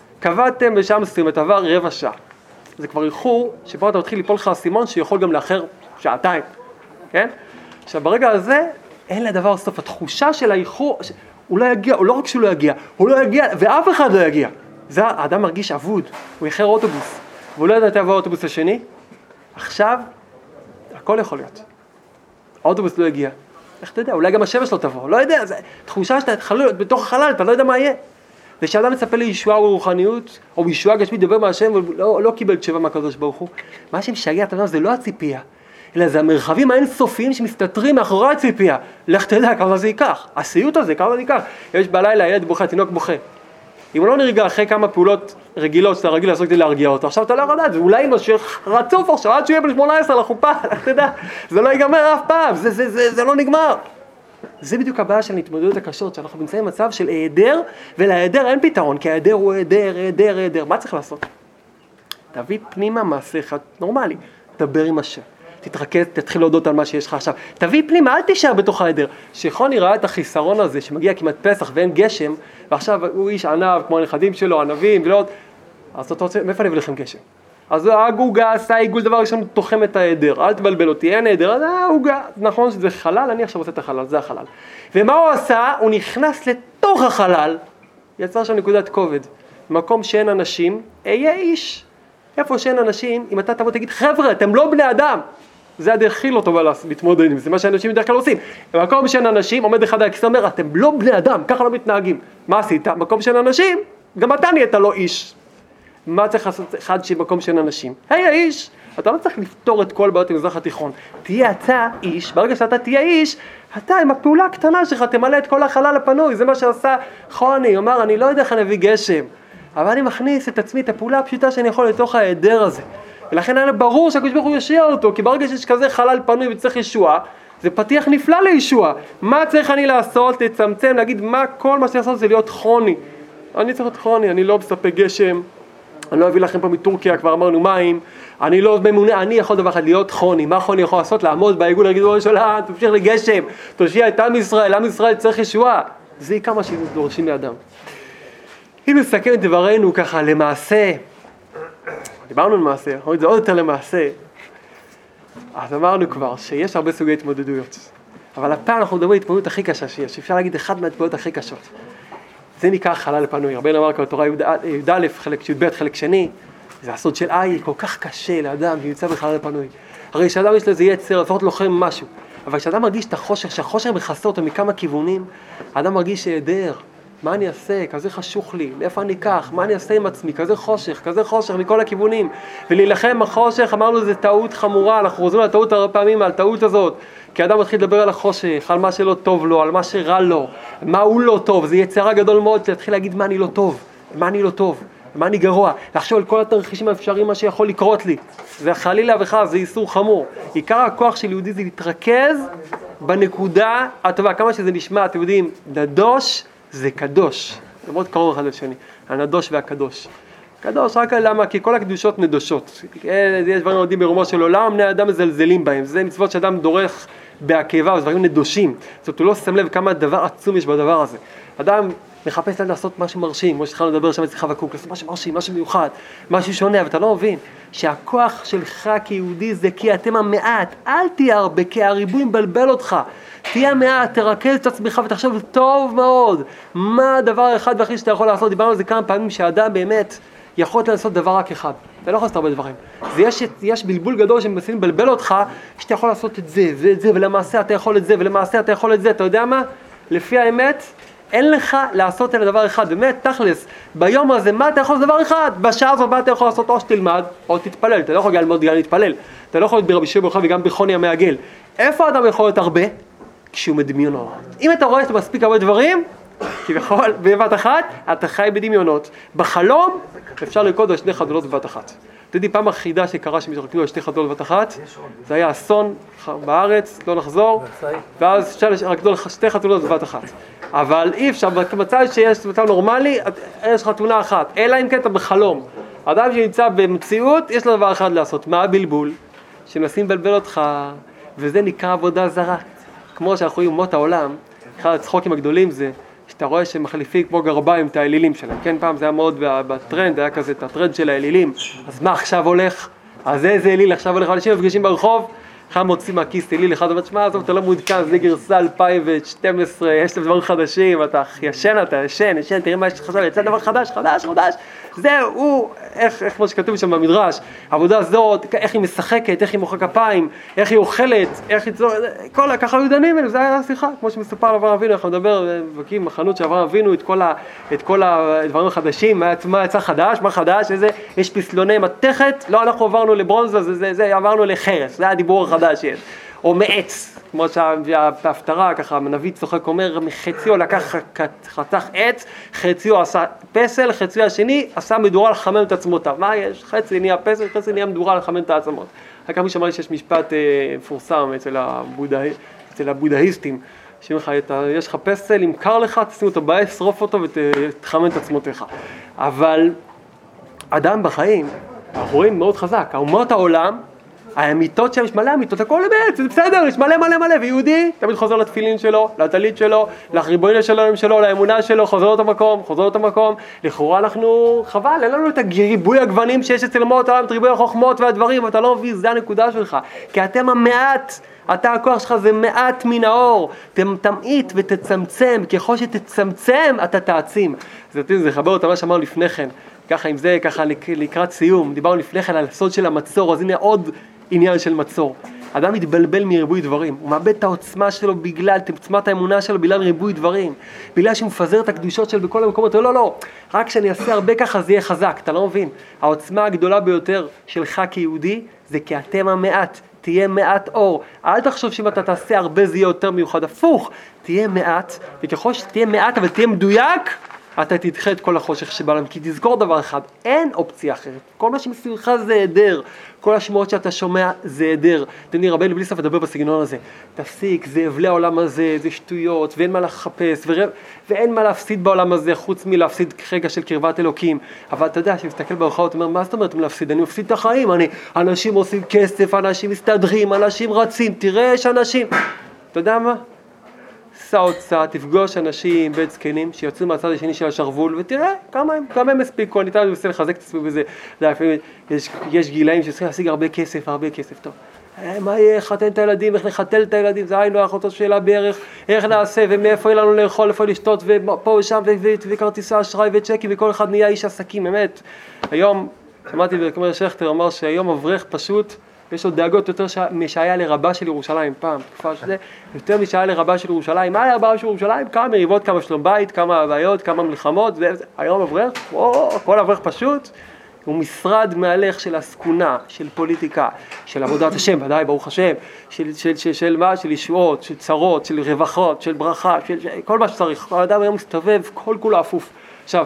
קבעתם בשעה מסוימת, עבר רבע שעה. זה כבר איחור, שפה אתה מתחיל ליפול לך הסימון שיכול גם לאחר שעתיים. כן? עכשיו, ברגע הזה, אין לדבר סוף. התחושה של האיחור, הוא לא יגיע, הוא לא רק שהוא לא יגיע, הוא לא יגיע, ואף אחד לא יגיע. זה, האדם מרגיש עבוד, הוא יחר אוטובוס, והוא לא יודע מתי יבוא האוטובוס השני. עכשיו, הכל יכול להיות. האוטובוס לא יגיע. איך אתה יודע? אולי גם השמש לא תבוא. לא יודע, זה תחושה שאתה חלול, בתוך החלל, אתה לא יודע מה יהיה. ושאדם מצפה לישועה או רוחניות, או בישועה גשמית דבר מהשם, ולא לא קיבל תשובה מהקדוש ברוך הוא. מה שמשגע, אתה יודע, זה לא הציפייה, אלא זה המרחבים האינסופיים שמסתתרים מאחורי הציפייה. לך תדע כמה זה ייקח. הסיוט הזה, כמה זה ייקח. יש בלילה, ילד בוכה, תינוק בוכה. אם הוא לא נרגע אחרי כמה פעולות רגילות שאתה רגיל לעשות כדי להרגיע אותו, עכשיו אתה לא יכול לדעת, ואולי משך רצוף עכשיו, עד שהוא יהיה בן שמונה עשרה לחופה, אתה יודע, זה לא ייגמר אף פעם, זה, זה, זה, זה לא נגמר. זה בדיוק הבעיה של ההתמודדות הקשות, שאנחנו נמצאים במצב של היעדר, ולהיעדר אין פתרון, כי ההיעדר הוא היעדר, היעדר, היעדר. מה צריך לעשות? תביא פנימה מעשה אחד נורמלי, דבר עם השם. תתרכז, תתחיל להודות על מה שיש לך עכשיו. תביא פנימה, אל תישאר בתוך העדר. שחוני ראה את החיסרון הזה, שמגיע כמעט פסח ואין גשם, ועכשיו הוא איש ענב, כמו הנכדים שלו, ענבים ולא עוד. אז אתה רוצה, מאיפה אני אביא לכם גשם? אז הגוגה עשה עיגול, דבר ראשון, תוחם את העדר. אל תבלבל אותי, אין העדר, אז הגוגה. נכון שזה חלל, אני עכשיו עושה את החלל, זה החלל. ומה הוא עשה? הוא נכנס לתוך החלל, יצר שם נקודת כובד. מקום שאין אנשים, אהיה איש. איפה שאין אנשים, אם אתה תבוא תגיד, חבר'ה, אתם לא בני אדם. זה הדרך הכי לא טובה להתמודד עם זה, מה שאנשים בדרך כלל עושים. במקום שאין אנשים, עומד אחד על הכיסא אומר, אתם לא בני אדם, ככה לא מתנהגים. מה עשית? במקום שאין אנשים, גם אתה נהיית לא איש. מה צריך לעשות אחד שבמקום שאין אנשים? היי האיש, אתה לא צריך לפתור את כל בעיות המזרח התיכון. תהיה אתה איש, ברגע שאתה תהיה איש, אתה עם הפעולה הקטנה שלך תמלא את כל החלל הפנוי. זה מה שעשה חוני, הוא אמר, אני לא יודע איך אני אביא גשם, אבל אני מכניס את עצמי, את הפעולה הפשוטה שאני יכול לתוך העדר הזה. ולכן היה ברור שהקדוש ברוך הוא יושיע אותו, כי ברגע שיש כזה חלל פנוי וצריך ישועה, זה פתיח נפלא לישועה. מה צריך אני לעשות? לצמצם, להגיד מה כל מה שאני לעשות זה להיות חוני. אני צריך להיות חוני, אני לא מספק גשם, אני לא אביא לכם פה מטורקיה, כבר אמרנו מים, אני לא ממונה, אני יכול דבר אחד להיות חוני. מה חוני יכול לעשות? לעמוד בעיגול, להגיד בראש שלה, תמשיך לגשם, תושיע את עם ישראל, עם ישראל צריך ישועה. זה עיקר מה שדורשים לאדם. אם נסכם את דברינו ככה למעשה, דיברנו למעשה, עוד זה עוד יותר למעשה, אז אמרנו כבר שיש הרבה סוגי התמודדויות, אבל הפעם אנחנו מדברים על התמודדות הכי קשה שיש, אפשר להגיד אחד מההתמודדות הכי קשות. זה נקרא חלל פנוי, הרבה נאמר כאן בתורה י"א, חלק י"ב, חלק שני, זה הסוד של איי, כל כך קשה לאדם שיוצא בחלל פנוי. הרי כשאדם יש לזה יצר, לפחות לוחם משהו, אבל כשאדם מרגיש את החושך, שהחושך מכסה אותו מכמה כיוונים, האדם מרגיש היעדר, מה אני אעשה? כזה חשוך לי, מאיפה אני אקח? מה אני אעשה עם עצמי? כזה חושך, כזה חושך מכל הכיוונים. ולהילחם בחושך, אמרנו, זה טעות חמורה, אנחנו חוזרים לטעות הרבה פעמים, על טעות הזאת. כי האדם מתחיל לדבר על החושך, על מה שלא טוב לו, על מה שרע לו, מה הוא לא טוב. זה יצרה גדול מאוד, להתחיל להגיד מה אני לא טוב, מה אני לא טוב, מה אני גרוע. לחשוב על כל התרחישים האפשריים, מה שיכול לקרות לי. זה חלילה וחס, זה איסור חמור. עיקר הכוח של יהודי זה להתרכז בנקודה הטובה. כמה שזה נשמע, אתם יודעים, נדוש זה קדוש. למרות קרוב אחד לשני, הנדוש והקדוש. קדוש רק למה? כי כל הקדושות נדושות. יש דברים יודעים ברומו של עולם, בני האדם מזלזלים בהם. זה מצוות שאדם דורך בעקיבה, זה דברים נדושים. זאת אומרת, הוא לא שם לב כמה דבר עצום יש בדבר הזה. אדם מחפש לעשות משהו מרשים, כמו שהתחלנו לדבר שם אצלך וקוק, לעשות משהו מרשים, משהו מיוחד, משהו שונה, אבל אתה לא מבין שהכוח שלך כיהודי זה כי אתם המעט, אל תהיה הרבה, כי הריבוי מבלבל אותך. תהיה מעט, תרכז את עצמך ותחשוב טוב מאוד מה הדבר אחד והכי שאתה יכול לעשות. דיברנו על זה כמה פעמים שהאדם באמת יכול לעשות דבר רק אחד, אתה לא יכול לעשות הרבה דברים. זה יש, יש בלבול גדול שמנסים לבלבל אותך שאתה יכול לעשות את זה ואת זה ולמעשה אתה יכול את זה ולמעשה אתה יכול את זה. אתה יודע מה? לפי האמת אין לך לעשות אלא דבר אחד, באמת תכלס ביום הזה מה אתה יכול לעשות דבר אחד? בשעה הזאת מה אתה יכול לעשות? או שתלמד או תתפלל. אתה לא יכול גם ללמוד גם להתפלל, אתה לא יכול להיות ברבי שמעון בר יוחאי וגם בחוני המעגל. איפה האדם יכול להיות הרבה? כשהוא מדמיונות. אם אתה רואה שאתה מספיק הרבה דברים, כביכול, בבת אחת, אתה חי בדמיונות. בחלום, אפשר לרקוד על שני חתונות בבת אחת. אתה יודעים, פעם החידה שקרה שמתרקדו על שתי חתונות בבת אחת, זה היה אסון בארץ, לא נחזור, ואז אפשר לרקדו על שתי חתונות בבת אחת. אבל אי אפשר, במצב שיש מצב נורמלי, יש חתונה אחת, אלא אם כן אתה בחלום. האדם שנמצא במציאות, יש לו דבר אחד לעשות. מה הבלבול? שמנסים לבלבל אותך, וזה נקרא עבודה זרה. כמו שאנחנו רואים אומות העולם, אחד הצחוקים הגדולים זה שאתה רואה שהם מחליפים כמו גרביים את האלילים שלהם. כן, פעם זה היה מאוד בטרנד, היה כזה את הטרנד של האלילים. אז מה עכשיו הולך? אז איזה אליל עכשיו הולך? אנשים מפגשים ברחוב, אחד מוציא מהכיס אליל, אחד אומר, שמע, עזוב, אתה לא מעודכן, זה גרסה אלפיים ושתים עשרה, יש להם דברים חדשים, אתה ישן, אתה ישן, ישן, תראה מה יש לך עכשיו, יצא דבר חדש, חדש, חדש. זהו, הוא, איך, איך כמו שכתוב שם במדרש, העבודה הזאת, איך היא משחקת, איך היא מוחא כפיים, איך היא אוכלת, איך היא, כל, ככה היו דנים אלה, זה היה שיחה, כמו שמסופר על אברהם אבינו, אנחנו נדבר, מבקים בחנות של אברהם אבינו, את כל, ה, את כל הדברים החדשים, מה, מה יצא חדש, מה חדש, איזה, יש פסלוני מתכת, לא, אנחנו עברנו לברונזה, זה, זה, זה, עברנו לחרס, זה הדיבור החדש יש, או מעץ, כמו שההפטרה, ככה, הנביא צוחק אומר, מחציו לקח, חתך עץ, חציו עשה פסל, חציו השני עשה מדורה לחמם את עצמותיו. מה יש? חצי נהיה פסל, חצי נהיה מדורה לחמם את העצמות. רק מי שאמר לי שיש משפט אה, מפורסם אצל, הבודה, אצל הבודהיסטים, שיש לך פסל, אם קר לך, תשים אותו בעץ, שרוף אותו ותחמם את עצמותיך. אבל אדם בחיים, אנחנו רואים מאוד חזק, האומות העולם, האמיתות שם, יש מלא אמיתות, הכל אמת, זה בסדר, יש מלא מלא מלא, ויהודי תמיד חוזר לתפילין שלו, לטלית שלו, לריבונו שלו, שלו, לאמונה שלו, חוזר לאותו מקום, חוזר לאותו מקום, לכאורה אנחנו, חבל, אין לנו את הריבוי הגוונים שיש אצל אומות העולם, את ריבוי החוכמות והדברים, אתה לא מבין, זה הנקודה שלך, כי אתם המעט, אתה הכוח שלך זה מעט מן האור, תמעיט ותצמצם, ככל שתצמצם אתה תעצים. זה, זה חבר אותה מה שאמר לפני כן, ככה עם זה, ככה לקראת סיום, דיברנו לפני כן על הסוד של המצור, אז הנה עוד עניין של מצור. אדם מתבלבל מריבוי דברים, הוא מאבד את העוצמה שלו בגלל, את עוצמת האמונה שלו בגלל ריבוי דברים, בגלל שהוא מפזר את הקדושות שלו בכל המקומות, לא, לא, רק כשאני אעשה הרבה ככה זה יהיה חזק, אתה לא מבין. העוצמה הגדולה ביותר שלך כיהודי זה כי אתם המעט, תהיה מעט אור. אל תחשוב שאם אתה תעשה הרבה זה יהיה יותר מיוחד, הפוך, תהיה מעט, וככל שתהיה מעט אבל תהיה מדויק, אתה תדחה את כל החושך שבעולם, כי תזכור דבר אחד, אין אופציה אחרת. כל מה שמסביבך זה היעדר, כל השמועות שאתה שומע זה היעדר. תני רבי בלי סוף לדבר בסגנון הזה. תפסיק, זה אבלי העולם הזה, זה שטויות, ואין מה לחפש, ו... ואין מה להפסיד בעולם הזה, חוץ מלהפסיד רגע של קרבת אלוקים. אבל אתה יודע, שמסתכל ברחוב, אתה אומר, מה זאת אומרת להפסיד? אני מפסיד את החיים, אני... אנשים עושים כסף, אנשים מסתדרים, אנשים רצים, תראה יש אנשים. אתה יודע מה? סע עוד קצת, תפגוש אנשים בית זקנים שיוצאים מהצד השני של השרוול ותראה כמה הם, כמה הם הספיקו, אני אתן לזה לחזק את עצמי בזה, לפעמים יש, יש גילאים שצריכים להשיג הרבה כסף, הרבה כסף, טוב. מה יהיה, לחתן את הילדים, איך לחתל את הילדים, זה היינו אחותו שאלה בערך, איך נעשה ומאיפה יהיה לנו לאכול, איפה לשתות, ופה ושם, וכרטיסי אשראי וצ'קים, וכל אחד נהיה איש עסקים, באמת. היום, שמעתי וכמר שכטר אמר שהיום אברך פשוט, יש לו דאגות יותר משהיה לרבה של ירושלים פעם, תקופה שזה, יותר משהיה לרבה של ירושלים, מה היה לרבה של ירושלים? כמה מריבות, כמה שלום בית, כמה בעיות, כמה מלחמות, היום אברך, כל אברך פשוט, הוא משרד מהלך של עסקונה, של פוליטיקה, של עבודת השם, ודאי ברוך השם, של, של, של, של מה? של ישועות, של צרות, של רווחות, של ברכה, של, של כל מה שצריך. האדם היום מסתובב, כל כולו אפוף. עכשיו,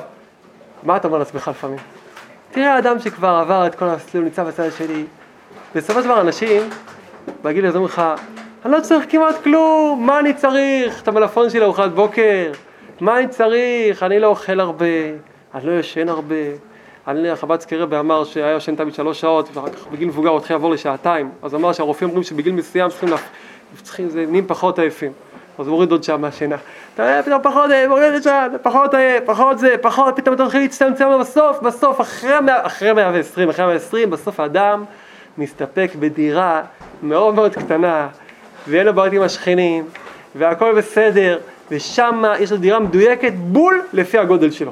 מה אתה אומר לעצמך לפעמים? תראה האדם שכבר עבר את כל הסלול, ניצב בצד שלי. בסופו של דבר אנשים, בגיל הזה אומרים לך, אני לא צריך כמעט כלום, מה אני צריך? את המלפון שלי לארוחת בוקר, מה אני צריך? אני לא אוכל הרבה, אני לא ישן הרבה. אני החב"צקי רבי אמר שהיה ישן תמיד שלוש שעות, ואחר כך בגיל מבוגר הוא התחיל לעבור לשעתיים. אז הוא אמר שהרופאים אומרים שבגיל מסוים צריכים, לפ... צריכים זה נהיים פחות עייפים. אז הוא מוריד עוד שעה מהשינה. אתה יודע, פתאום פחות עייף, מוריד עוד שעה, פחות עייף, פחות זה, פחות, פתאום אתה מתחיל להצטמצם בסוף, בסוף, אחרי מאה ועשרים, אחרי מאה ועשרים, בסוף האדם מסתפק בדירה מאוד מאוד קטנה, ואין לו בעיות עם השכנים, והכל בסדר, ושם יש לו דירה מדויקת בול לפי הגודל שלו.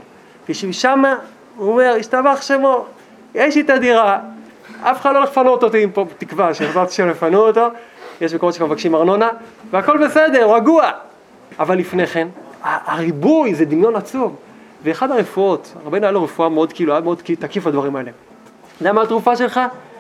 ושם הוא אומר, השתבח שמו, יש לי את הדירה, אף אחד לא הולך לפנות אותי עם פה תקווה, שחזרת שם לפנו אותו, יש מקומות שכבר מבקשים ארנונה, והכל בסדר, רגוע. אבל לפני כן, הריבוי זה דמיון עצום. ואחד הרפואות, רבינו היה לו רפואה מאוד כאילו, היה מאוד תקיף הדברים האלה. אתה יודע מה התרופה שלך?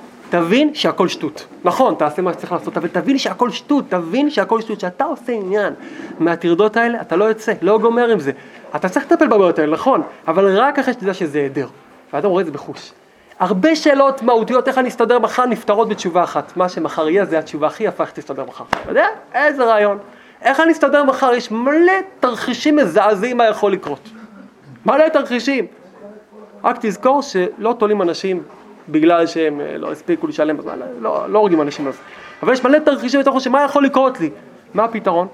תבין שהכל שטות. נכון, תעשה מה שצריך לעשות, אבל תבין שהכל שטות, תבין שהכל שטות. שאתה עושה עניין מהטרדות האלה, אתה לא יוצא, לא גומר עם זה. אתה צריך לטפל בבעיות האלה, נכון, אבל רק אחרי שתדע שזה היעדר. ואתה רואה את זה בחוש. הרבה שאלות מהותיות, איך אני אסתדר מחר, נפתרות בתשובה אחת. מה שמחר יהיה, זה התשובה הכי יפה, איך תסתדר מחר. אתה יודע? איזה רעיון. איך אני אסתדר מחר? יש מלא תרחישים מזעזעים מה יכול לקרות. מלא תרחישים. רק תזכור שלא תולים אנשים בגלל שהם לא הספיקו לשלם, לא, לא, לא הורגים אנשים אז. אבל יש מלא תרחישים בתוכו שמה יכול לקרות לי? מה הפתרון?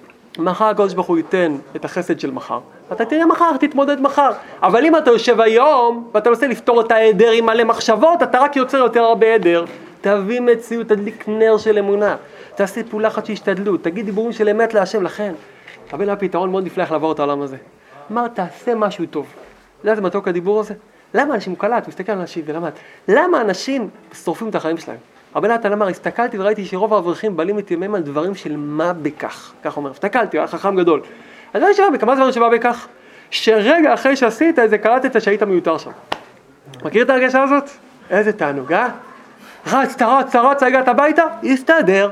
מחר הקדוש ברוך הוא ייתן את החסד של מחר. אתה תראה מחר, תתמודד מחר. אבל אם אתה יושב היום, ואתה מנסה לפתור את העדר עם מלא מחשבות, אתה רק יוצר יותר הרבה עדר. תביא מציאות, תדליק נר של אמונה. תעשה פעולה אחת שהשתדלות, תגיד דיבורים של אמת להשם, לכן. אבל הפתרון מאוד נפלא איך לעבור את העולם הזה. אמר, תעשה משהו טוב. זה מתוק הדיבור הזה. למה אנשים, הוא קלט, הוא מסתכל על אנשים ולמד. למה אנשים שורפים את החיים שלהם? רבי נתן אמר, הסתכלתי וראיתי שרוב האברכים בלים את ימיהם על דברים של מה בכך. כך אומר, הסתכלתי, היה חכם גדול. אז לא ישבה בכמה דברים שבא בכך? שרגע אחרי שעשית את זה, קלטת שהיית מיותר שם. מכיר את הרגשה הזאת? איזה תענוג, אה? רץ, רץ, רץ, הגעת הביתה, יסתדר.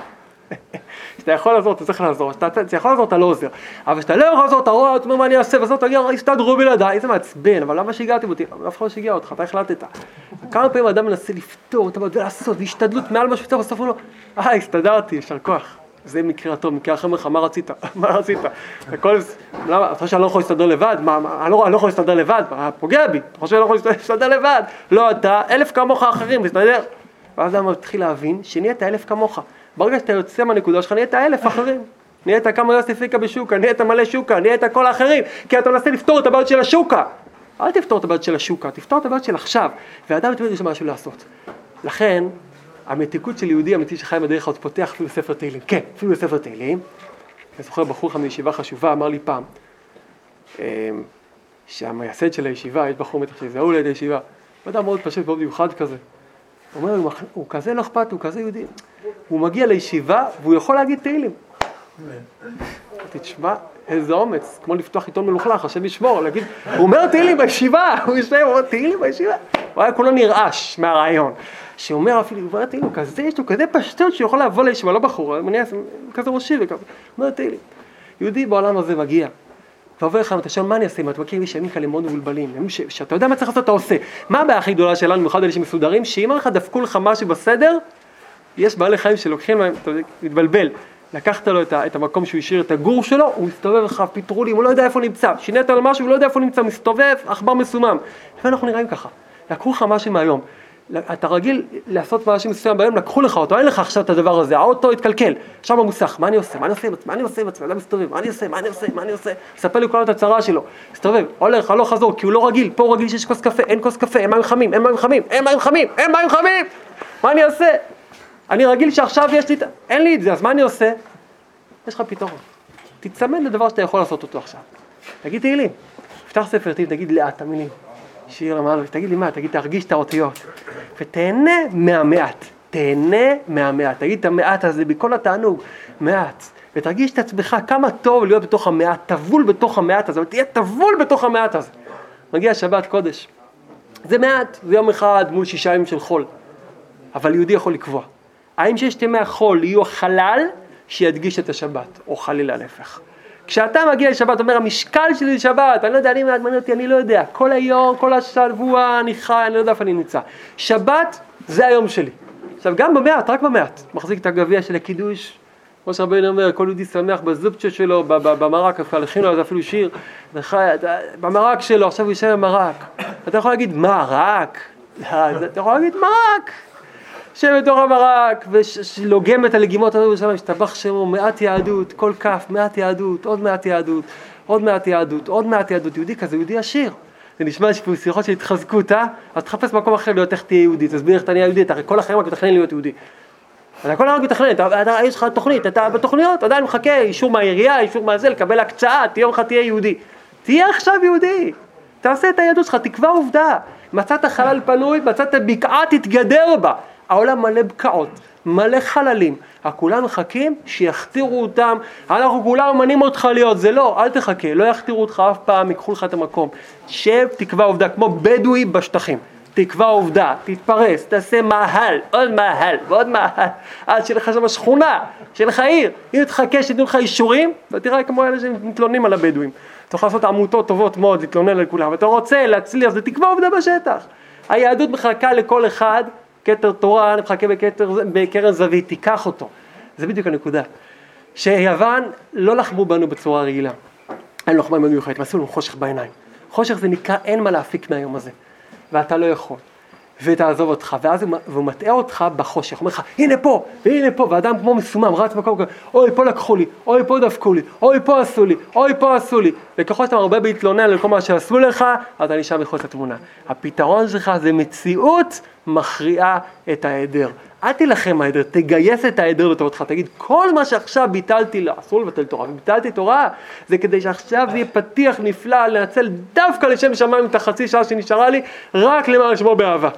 שאתה יכול לעזור, אתה צריך לעזור, שאתה יכול לעזור, אתה לא עוזר. אבל שאתה לא יכול לעזור, אתה רואה, אתה אומר מה אני אעשה, וזאת תגיד, הסתדרו בלעדיי, איזה מעצבן, אבל למה שהגעתם אותי? אף אחד לא שהגיע אותך, אתה החלטת. כמה פעמים האדם מנסה לפתור, אתה יודע לעשות, והשתדלות מעל משהו, בסוף הוא לא, אה, הסתדרתי, ישר כוח. זה מקרה טוב, מקרה אחר ממך, מה רצית? מה רצית? הכל, למה? אתה חושב שאני לא יכול להסתדר לבד? מה, אני לא יכול להסתדר לבד? פוגע בי, אתה חושב שאני לא יכול להסתדר לבד? לא, אתה אלף כמוך אחרים, תסתדר. ואז האדם מתחיל להבין שנהיית אלף כמוך. ברגע שאתה יוצא מהנקודה שלך, נהיית אלף אחרים. נהיית כמה יוסף פיקה בשוקה, נהיית מלא שוקה, נהיית כל האחרים, כי אתה מנסה לפתור את הבעיות של השוקה. אל תפתור את הבעיות של השוקה, תפתור את הבעיות של עכשיו, והאדם תמיד יש משהו לעשות. לכן, המתיקות של יהודי אמיתי שחי בדרך עוד פותח אפילו ספר תהילים. כן, אפילו ספר תהילים. אני זוכר בחור אחד מישיבה חשובה, אמר לי פעם, שהמייסד של הישיבה, יש בחור מתח שזהו ליד הישיבה, אדם מאוד פשוט, מאוד מיוחד כזה. הוא אומר, הוא כזה לא אכפת, הוא כזה יהודי. הוא מגיע לישיבה והוא יכול להגיד תהילים. תשמע, איזה אומץ, כמו לפתוח עיתון מלוכלך, השם ישמור, להגיד, הוא אומר תהילים בישיבה, הוא יושב, הוא אומר תהילים בישיבה. הוא היה כולו נרעש מהרעיון. שהוא אומר אפילו, הוא אומר תהילים, כזה יש לו כזה פשטות שהוא יכול לבוא לישיבה, לא בחור, הוא כזה ראשי וכזה, הוא אומר תהילים. יהודי בעולם הזה מגיע. ועובר לך, אתה שואל, מה אני אעשה? אם אתה מכיר לי שימים כאלה מאוד מבולבלים, שאתה יודע מה צריך לעשות, אתה עושה. מה הבעיה הכי גדולה שלנו, במיוחד אלה שמסודרים, שאם לך דפקו לך משהו בסדר, יש בעלי חיים שלוקחים להם, אתה מתבלבל. לקחת לו את, את המקום שהוא השאיר את הגור שלו, הוא מסתובב לך, פיטרולים, הוא לא יודע איפה נמצא. שינית על משהו, הוא לא יודע איפה נמצא, מסתובב, עכבר מסומם. ואנחנו נראים ככה. לקחו לך משהו מהיום. אתה רגיל לעשות משהו מסוים ביום, לקחו לך אותו, אין לך עכשיו את הדבר הזה, האוטו התקלקל. עכשיו במוסך, מה אני עושה? מה אני עושה? מה אני עושה? מה אני מסתובב? מה אני עושה? מה אני עושה? מה אני עושה? ספר לי כל את הצרה שלו. מסתובב, הולך, הלוך חזור, כי הוא לא רגיל. פה הוא רגיל שיש כוס קפה, אין כוס קפה, אין מים חמים, אין מים חמים, אין מים חמים, אין מים חמים. מה אני אעשה? אני רגיל שעכשיו יש לי, אין לי את זה, אז מה אני עושה? יש לך פתרון. תצמד לדבר שאתה יכול לעשות אותו עכשיו. תגיד תהילים, פתח ספר תהילים, תגיד לאט את המילים. שיר למעלה, תגיד לי מה, תגיד, תרגיש את האותיות. ותהנה מהמעט, תהנה מהמעט. תגיד את המעט הזה בכל התענוג, מעט. ותרגיש את עצמך כמה טוב להיות בתוך המעט, תבול בתוך המעט הזה, ותהיה תבול בתוך המעט הזה. מגיע שבת קודש. זה מעט, זה יום אחד מול שישה ימים של חול. אבל יהודי יכול לקבוע. האם שיש ימי החול יהיו חלל שידגיש את השבת, או חלילה להפך. כשאתה מגיע לשבת, אומר, המשקל שלי לשבת, אני לא יודע, אני מעדמני אותי, אני לא יודע. כל היום, כל השבוע, אני חי, אני לא יודע איפה אני נמצא. שבת, זה היום שלי. עכשיו, גם במעט, רק במעט. מחזיק את הגביע של הקידוש, כמו שהרבן אומר, כל יהודי שמח בזופצ'ה שלו, במרק, הלכים לו, זה אפילו שיר, במרק שלו, עכשיו הוא יושב במרק. אתה יכול להגיד, מרק? אתה יכול להגיד, מרק! יושב בתוך המרק, ולוגם את הלגימות הזו בשלם, שטבח שמו, מעט יהדות, כל כף, מעט יהדות, עוד מעט יהדות, עוד מעט יהדות, עוד מעט יהדות, יהודי כזה, יהודי עשיר. זה נשמע שפה שיחות של התחזקות, אה? אז תחפש מקום אחר להיות איך תהיה יהודי, תסביר איך אתה נהיה יהודי, הרי כל החיים רק מתכנן להיות יהודי. אתה כל הרג מתכנן, יש לך תוכנית, אתה בתוכניות, עדיין מחכה, אישור מהעירייה, אישור מהזה, לקבל הקצאה, יום אחד תהיה יהודי. תהיה עכשיו יהודי, תעשה את היהדות שלך, תקבע עובדה. מצאת חלל פנוי, מצאת בקעה, תתגדר בה. העולם מלא בקעות, מלא חללים, כולם מחכים שיחתירו אותם, אנחנו כולם מנים אותך להיות, זה לא, אל תחכה, לא יחתירו אותך אף פעם, ייקחו לך את המקום, שב, תקבע עובדה, כמו בדואי בשטחים, תקבע עובדה, תתפרס, תעשה מאהל, עוד מאהל, ועוד מאהל, עד שיהיה לך שם שכונה, שיהיה לך עיר, אם תחכה שתנו לך אישורים, ותראה כמו אלה שמתלוננים על הבדואים, אתה יכול לעשות עמותות טובות מאוד, להתלונן על כולם, ואתה רוצה להצליח, זה תקבע עובדה בשטח, היהדות מחכה לכל אחד, כתר תורה, אני מחכה בכתר, בקרן זווית, תיקח אותו. זה בדיוק הנקודה. שיוון לא לחמו בנו בצורה רגילה. אין לחמו בנו מיוחדת, ועשו לנו חושך בעיניים. חושך זה נקרא, אין מה להפיק מהיום הזה. ואתה לא יכול. ותעזוב אותך, ואז הוא מטעה אותך בחושך. הוא אומר לך, הנה פה, והנה פה, ואדם כמו מסומם, רץ מקום כזה, אוי פה לקחו לי, אוי פה דפקו לי, אוי פה עשו לי, אוי פה עשו לי. וככל שאתה הרבה בהתלונן לכל מה שעשו לך, אתה נשאר מחוץ לתמונה. הפתרון שלך זה מציאות מכריעה את העדר. אל תילחם מהעדר, תגייס את העדר לטובתך, תגיד, כל מה שעכשיו ביטלתי, לא, אסור לבטל תורה, ביטלתי תורה, זה כדי שעכשיו זה יהיה פתיח נפלא, לנצל דווקא לשם שמיים את החצי שעה שנשארה לי, רק למען שמו באהבה.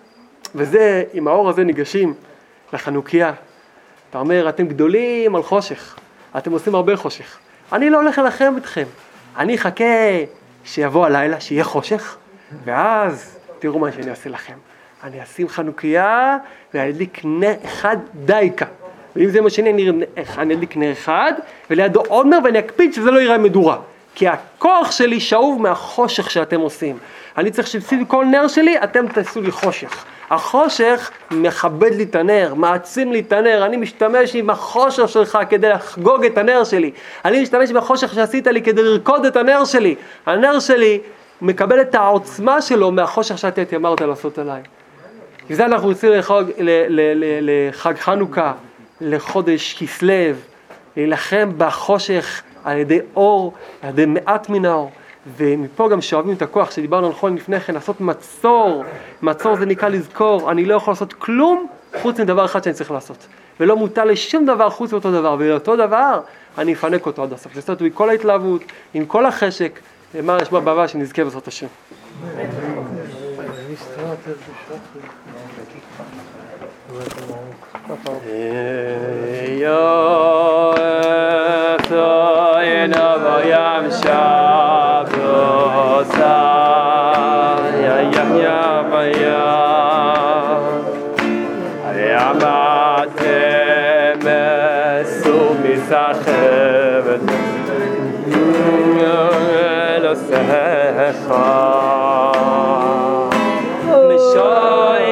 וזה, עם האור הזה ניגשים לחנוכיה. אתה אומר, אתם גדולים על חושך, אתם עושים הרבה חושך. אני לא הולך ללחם אתכם, אני אחכה שיבוא הלילה, שיהיה חושך, ואז תראו מה שאני אעשה לכם. אני אשים חנוכיה ואני אדליק נר אחד דייקה. ואם זה מה שני, אני אדליק נר אחד, ולידו עוד נר ואני אקפיד שזה לא ייראה מדורה. כי הכוח שלי שאוב מהחושך שאתם עושים. אני צריך שבסיב כל נר שלי, אתם תעשו לי חושך. החושך מכבד לי את הנר, מעצים לי את הנר, אני משתמש עם החושך שלך כדי לחגוג את הנר שלי. אני משתמש עם החושך שעשית לי כדי לרקוד את הנר שלי. הנר שלי מקבל את העוצמה שלו מהחושך שאתה אמרת לעשות עליי. וזה אנחנו רוצים לחג, לחג חנוכה, לחודש כסלו, להילחם בחושך על ידי אור, על ידי מעט מן האור. ומפה גם שואבים את הכוח שדיברנו על חול לפני כן, לעשות מצור. מצור זה נקרא לזכור, אני לא יכול לעשות כלום חוץ מדבר אחד שאני צריך לעשות. ולא מוטל לשום דבר חוץ מאותו דבר, ולאותו דבר אני אפנק אותו עד הסוף. לעשות עם כל ההתלהבות, עם כל החשק, למען נשמע באהבה שנזכה בעזרת השם. Messiah